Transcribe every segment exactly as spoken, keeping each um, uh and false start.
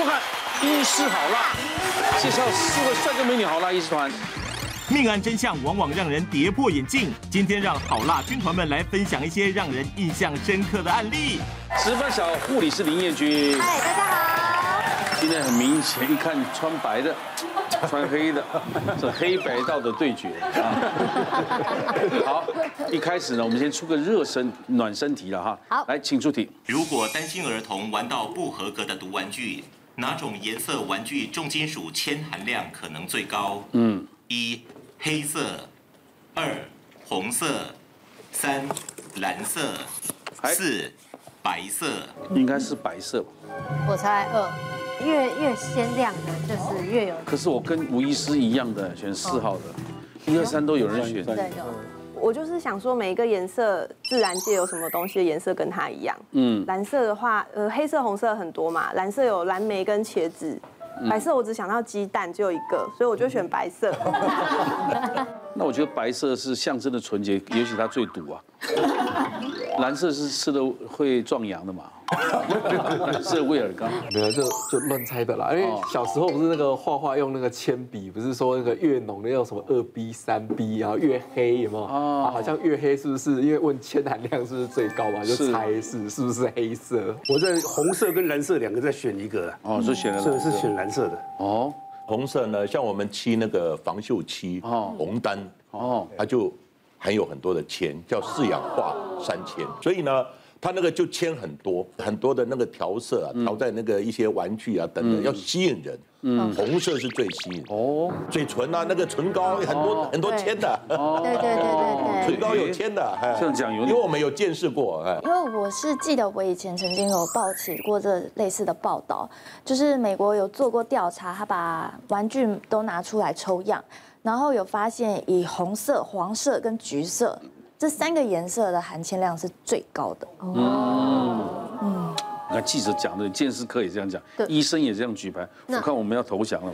收看《医师好辣》，介绍四位帅哥美女好辣医师团。 命案真相往往让人跌破眼镜。今天让好辣军团们来分享一些让人印象深刻的案例。 值班小护理师林彦君， 嗨，大家好。 今天很明显，一看穿白的，穿黑的，这黑白道的对决啊。好，一开始呢，我们先出个热身暖身题了哈。 好， 来，请出题。 如果担心儿童玩到不合格的毒玩具，哪种颜色玩具重金属铅含量可能最高？嗯，一黑色，二红色，三蓝色，四白色。 应该是白色吧？ 我猜二，越越鲜亮的，就是越有。 可是我跟吴医师一样的，选四号的，一二三都有人选。 对，有。 我就是想说，每一个颜色，自然界有什么东西的颜色跟它一样？嗯，蓝色的话，呃，黑色、红色很多嘛，蓝色有蓝莓跟茄子，白色我只想到鸡蛋，只有一个，所以我就选白色。 那我觉得白色是象征的纯洁，也许它最毒啊。蓝色是吃了会壮阳的嘛，蓝色威尔刚。 没有，就就乱猜的啦。因为小时候不是那个画画用那个铅笔，不是说那个越浓的用什么二 B、三 B， 然后越黑有没有？啊，好像越黑是不是？因为问铅含量是不是最高嘛，就猜是是不是黑色。 我在红色跟蓝色两个再选一个。 哦，是选了蓝色， 是选蓝色的。 哦， 红色呢，像我们漆那个防锈漆，红丹， 哦， 它就含有很多的铅，叫四氧化三铅，所以呢，它那个就铅很多，很多的那个调色啊，调在那个一些玩具啊等等，要吸引人。嗯，红色是最吸引哦，嘴唇啊，那个唇膏很多很多铅的。 哦，对对对对对， 唇膏有铅的， 这样讲有， 因为我们有见识过，哎。 因为我是记得我以前曾经有报起过这类似的报道，就是美国有做过调查，他把玩具都拿出来抽样，然后有发现以红色、黄色跟橘色这三个颜色的含铅量是最高的。 哦，嗯。你看记者讲的，见识科也这样讲，医生也这样举牌，我看我们要投降了。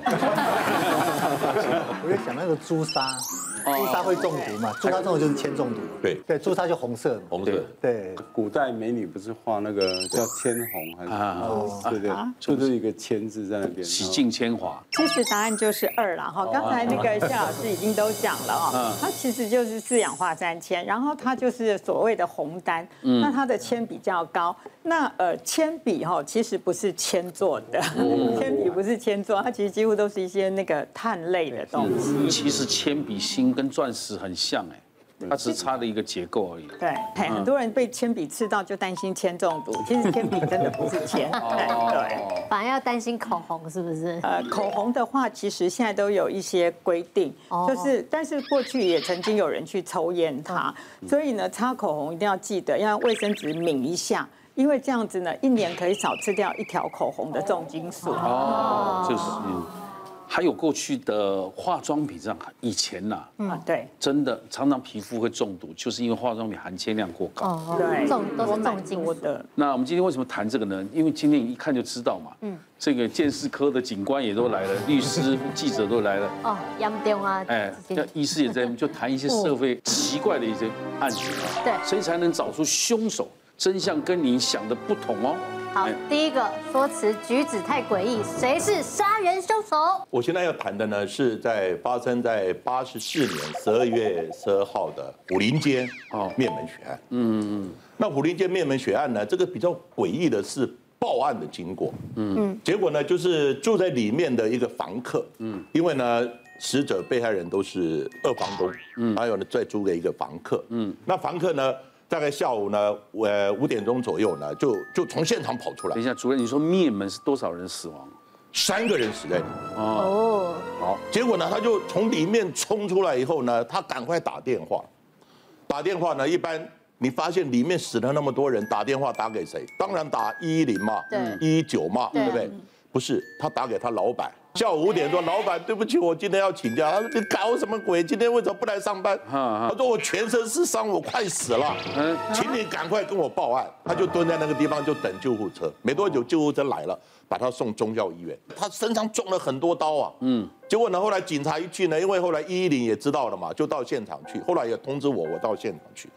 我在想那个朱砂，朱砂会中毒嘛？朱砂中毒就是铅中毒。 对对，朱砂就红色嘛。 红色。 对， 古代美女不是画那个叫铅红还是？对对，就是一个铅字在那边。 洗尽铅华。 其实答案就是二了哈。刚才那个夏老师已经都讲了哈，它其实就是四氧化三铅，然后它就是所谓的红丹，那它的铅比较高。那呃，铅笔哈其实不是铅做的，铅笔不是铅做，它其实几乎都是一些那个碳类的东西。 其实铅笔芯跟钻石很像哎。它只差了一个结构而已。 对，很多人被铅笔刺到就担心铅中毒，其实铅笔真的不是铅。对， 反而要担心口红是不是？ 呃，口红的话，其实现在都有一些规定，就是但是过去也曾经有人去抽验它，所以呢，擦口红一定要记得要用卫生纸抿一下。因为这样子呢，一年可以少吃掉一条口红的重金属。 哦，就是嗯。还有过去的化妆品上，以前呐， 啊对， 真的常常皮肤会中毒，就是因为化妆品含铅量过高。 哦，对，重都是重金属的。 那我们今天为什么谈这个呢？因为今天一看就知道嘛，嗯，这个鉴识科的警官也都来了，律师、记者都来了。 哦，严重啊！ 哎，那医师也在，就谈一些社会奇怪的一些案子啊， 对， 谁才能找出凶手？真相跟你想的不同哦。 好，第一个说辞举止太诡异，谁是杀人凶手？ 我现在要谈的呢，是在发生在八十四年十二月十二号的虎林街哦灭门血案。嗯嗯。那虎林街灭门血案呢，这个比较诡异的是报案的经过。嗯嗯。结果呢，就是住在里面的一个房客。嗯。因为呢，死者被害人都是二房东。嗯。还有呢，再租给一个房客。嗯。那房客呢？大概下午呢，呃五点钟左右呢，就就从现场跑出来。 等一下，主任，你说灭门是多少人死亡？ 三个人死在里面。 哦， 好，结果呢，他就从里面冲出来以后呢，他赶快打电话。打电话呢，一般你发现里面死了那么多人，打电话打给谁？当然打一一零嘛，一一九嘛，对不对？不是，他打给他老板。下午五点说，老板，对不起，我今天要请假。他说你搞什么鬼？今天为什么不来上班？他说我全身是伤，我快死了，请你赶快跟我报案。他就蹲在那个地方就等救护车，没多久救护车来了，把他送中校医院。他身上中了很多刀啊，嗯，结果呢，后来警察一去呢，因为后来一一零也知道了嘛，就到现场去，后来也通知我，我到现场去。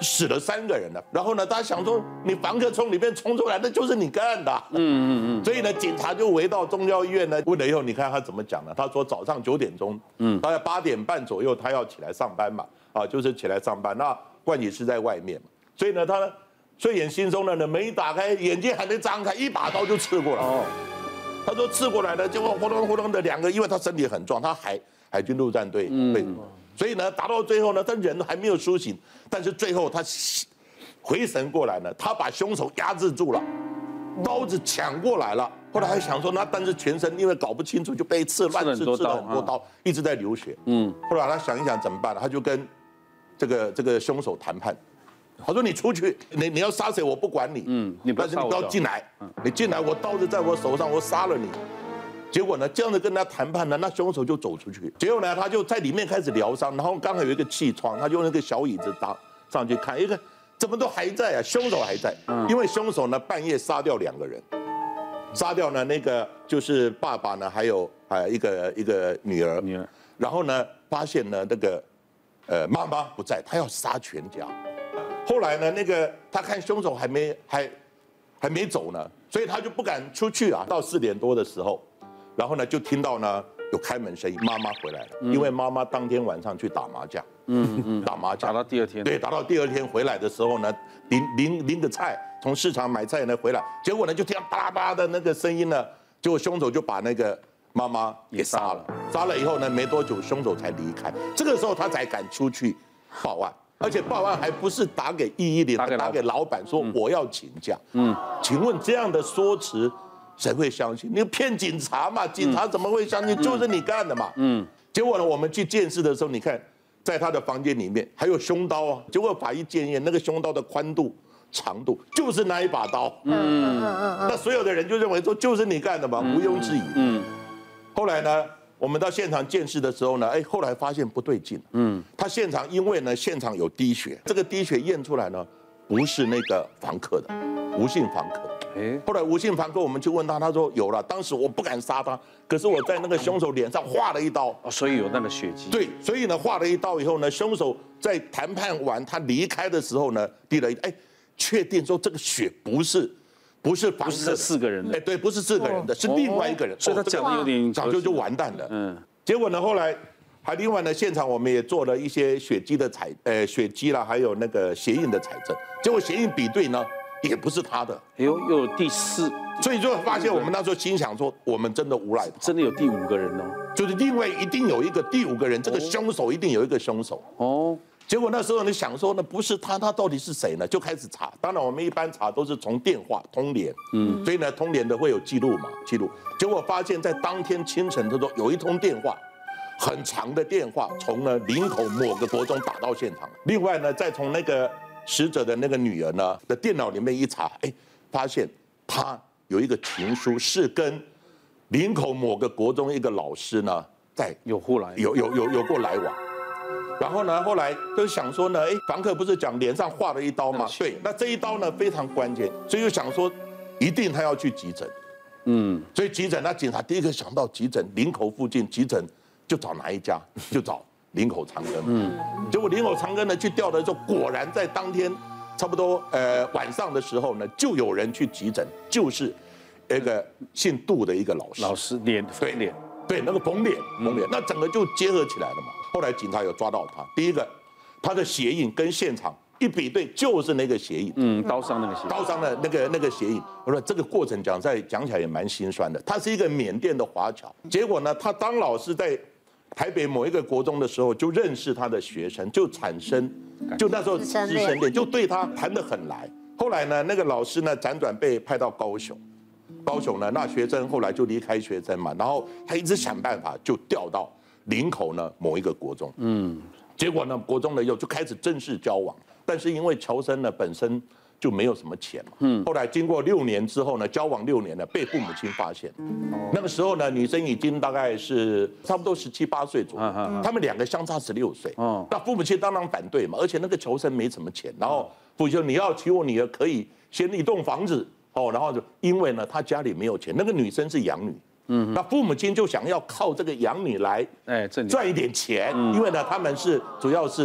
死了三个人了。然后呢，大家想说你房客从里面冲出来，那就是你干的。嗯嗯嗯。所以呢，警察就围到中央医院呢，问了以后，你看他怎么讲呢？他说早上九点钟，嗯，大概八点半左右，他要起来上班嘛，啊，就是起来上班。那冠宇是在外面嘛，所以呢，他睡眼惺忪的呢，门一打开，眼睛还没张开，一把刀就刺过来。哦。他说刺过来了，结果呼隆呼隆的两个，因为他身体很壮，他海海军陆战队队，所以呢，打到最后呢，他人还没有苏醒，但是最后他回神过来呢，他把凶手压制住了，刀子抢过来了。后来还想说，那但是全身因为搞不清楚，就被刺乱刺，刺了很多刀，一直在流血。嗯，后来他想一想怎么办呢？他就跟这个这个凶手谈判。他说：“你出去，你你要杀谁我不管你，嗯，你但是你不要进来，你进来我刀子在我手上，我杀了你。”结果呢，这样子跟他谈判呢，那凶手就走出去。结果呢，他就在里面开始疗伤，然后刚好有一个气窗，他就用那个小椅子搭上去看，一个怎么都还在啊，凶手还在，因为凶手呢半夜杀掉两个人，杀掉呢那个就是爸爸呢，还有还一个一个女儿，女儿，然后呢发现呢那个呃妈妈不在，他要杀全家。后来呢，那个他看凶手还没还还没走呢，所以他就不敢出去啊。到四点多的时候，然后呢就听到呢有开门声音，妈妈回来了，因为妈妈当天晚上去打麻将，嗯嗯，打麻将打到第二天，对，打到第二天回来的时候呢，拎拎拎个菜，从市场买菜呢回来，结果呢就听到巴拉巴拉的那个声音呢，结果凶手就把那个妈妈给杀了，杀了以后呢，没多久凶手才离开，这个时候他才敢出去报案。而且报案还不是打给一一零，打给老板说我要请假。嗯，请问这样的说辞，谁会相信？你骗警察嘛？警察怎么会相信？就是你干的嘛。嗯。结果呢，我们去见识的时候，你看，在他的房间里面还有凶刀啊。结果法医检验，那个凶刀的宽度、长度就是那一把刀。嗯嗯嗯嗯。那所有的人就认为说就是你干的嘛，毋庸置疑。嗯。后来呢？我们到现场见识的时候呢，哎，后来发现不对劲。嗯，他现场因为呢，现场有滴血，这个滴血验出来呢，不是那个房客的，无姓房客。哎，后来无姓房客我们去问他，他说有了，当时我不敢杀他，可是我在那个凶手脸上划了一刀， 所以有那个血迹。 对，所以呢，划了一刀以后呢，凶手在谈判完他离开的时候呢，滴了一，哎，确定说这个血不是。不是房客， 不是四个人的， 哎，对，不是四个人的，是另外一个人， 所以他讲的有点早就就完蛋了。嗯，结果呢，后来还另外呢，现场我们也做了一些血迹的采，呃，血迹啦，还有那个鞋印的采证，结果鞋印比对呢，也不是他的。 哎呦，又有第四， 所以就发现我们那时候心想说，我们真的无赖， 真的有第五个人哦， 就是另外一定有一个第五个人，这个凶手一定有一个凶手哦。结果那时候你想说呢，不是他，他到底是谁呢？就开始查。当然，我们一般查都是从电话通联，嗯，所以呢，通联的会有记录嘛，记录。结果发现，在当天清晨，他说有一通电话，很长的电话，从呢林口某个国中打到现场。另外呢，再从那个死者的那个女儿呢的电脑里面一查，哎，发现他有一个情书是跟林口某个国中一个老师呢在有互来， 有有有有过来往。然后呢，后来就想说呢，哎，房客不是讲脸上划了一刀吗？对，那这一刀呢非常关键，所以就想说，一定他要去急诊。嗯，所以急诊，那警察第一个想到急诊，林口附近急诊就找哪一家？就找林口长庚。嗯，结果林口长庚呢去调的时候，果然在当天差不多呃晚上的时候呢，就有人去急诊，就是一个姓杜的一个老师。 老师脸对脸。对，那个缝脸，缝脸，那整个就结合起来了嘛。后来警察有抓到他，第一个，他的鞋印跟现场一比对，就是那个鞋印， 嗯，刀伤那个鞋印， 刀伤的那个那个鞋印。我说这个过程讲在讲起来也蛮心酸的。他是一个缅甸的华侨，结果呢，他当老师在台北某一个国中的时候，就认识他的学生，就产生，就那时候师生恋，就对他谈得很来。后来呢，那个老师呢，辗转被派到高雄。高雄呢，那学生后来就离开学生嘛，然后他一直想办法就调到林口呢某一个国中，嗯，结果呢国中呢又就开始正式交往，但是因为乔生呢本身就没有什么钱嘛，嗯，后来经过六年之后呢，交往六年了，被父母亲发现，那个时候呢女生已经大概是差不多十七八岁左右，他们两个相差十六岁，哦，那父母亲当然反对嘛，而且那个乔生没什么钱，然后父亲说你要娶我女儿可以先一栋房子。哦，然后就因为呢，他家里没有钱，那个女生是养女，嗯，那父母亲就想要靠这个养女来，哎，赚一点钱，因为呢，他们是主要是呢，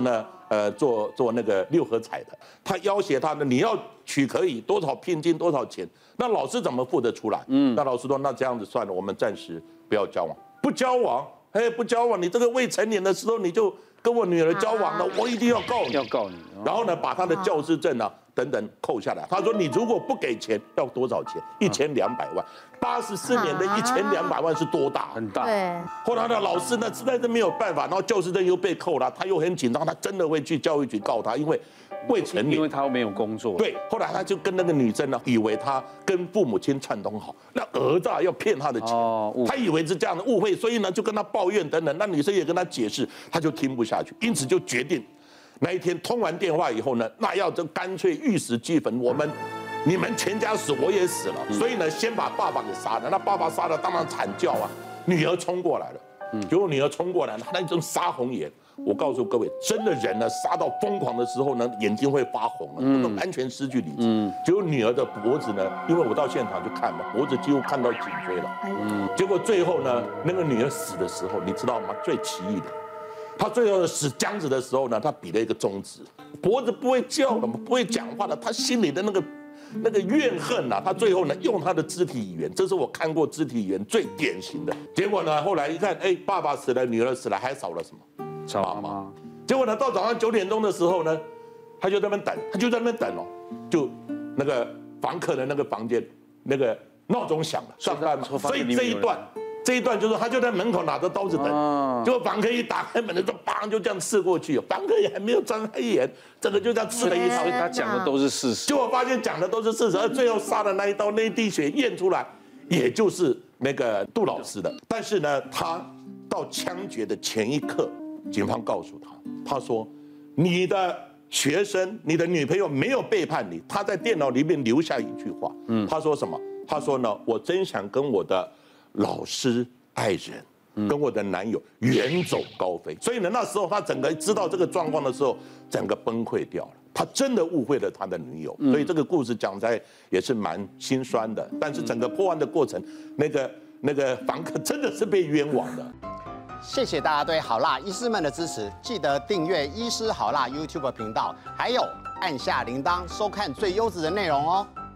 呃做做那个六合彩的，他要挟他呢，你要娶可以多少聘金多少钱，那老师怎么付得出来？嗯，那老师说那这样子算了，我们暂时不要交往，不交往，哎不交往，你这个未成年的时候你就跟我女儿交往了，我一定要告你， 要告你， 然后呢把他的教师证啊。等等扣下来，他说你如果不给钱，要多少钱？一千两百万，八十四年的一千两百万是多大？ 很大。 对。 后来的老师呢，实在是没有办法，然后教师证又被扣了，他又很紧张，他真的会去教育局告他，因为未成年， 因为他没有工作。 对，后来他就跟那个女生呢，以为他跟父母亲串通好，那儿子啊要骗他的钱，哦、他以为是这样的误会，所以呢就跟他抱怨等等，那女生也跟他解释，他就听不下去，因此就决定。那一天通完电话以后呢，那要就干脆玉石俱焚，我们你们全家死，我也死了，所以呢，先把爸爸给杀了。那爸爸杀了，当然惨叫啊。女儿冲过来了，结果女儿冲过来，她那种杀红眼，我告诉各位，真的人呢，杀到疯狂的时候呢，眼睛会发红了，那个完全失去理智。结果女儿的脖子呢，因为我到现场去看嘛，脖子几乎看到颈椎了。嗯，结果最后呢，那个女儿死的时候，你知道吗？最奇异的。他最后死僵子的时候呢，他比了一个中指，脖子不会叫了嘛，不会讲话了，他心里的那个那个怨恨啊，他最后呢用他的肢体语言，这是我看过肢体语言最典型的。结果呢，后来一看，哎，爸爸死了，女儿死了，还少了什么？ 少妈妈。 结果呢，到早上九点钟的时候呢，他就在那边等，他就在那边等哦，就那个房客的那个房间，那个闹钟响了，上班嘛，所以这一段。这一段就是他就在门口拿着刀子等，结果房客一打开门的时候，砰就这样刺过去，房客也还没有睁开眼，这个就这样刺了一刀。 他讲的都是事实， 结果发现讲的都是事实，而最后杀的那一刀那一滴血验出来，也就是那个杜老师的。但是呢，他到枪决的前一刻，警方告诉他，他说你的学生、你的女朋友没有背叛你，他在电脑里面留下一句话，嗯，他说什么？他说呢，我真想跟我的老师、爱人跟我的男友远走高飞，所以呢，那时候他整个知道这个状况的时候，整个崩溃掉了。他真的误会了他的女友，所以这个故事讲在也是蛮心酸的。但是整个破案的过程，那个那个房客真的是被冤枉的。 谢谢大家对好辣医师们的支持，记得订阅医师好辣 YouTube 频道，还有按下铃铛收看最优质的内容哦。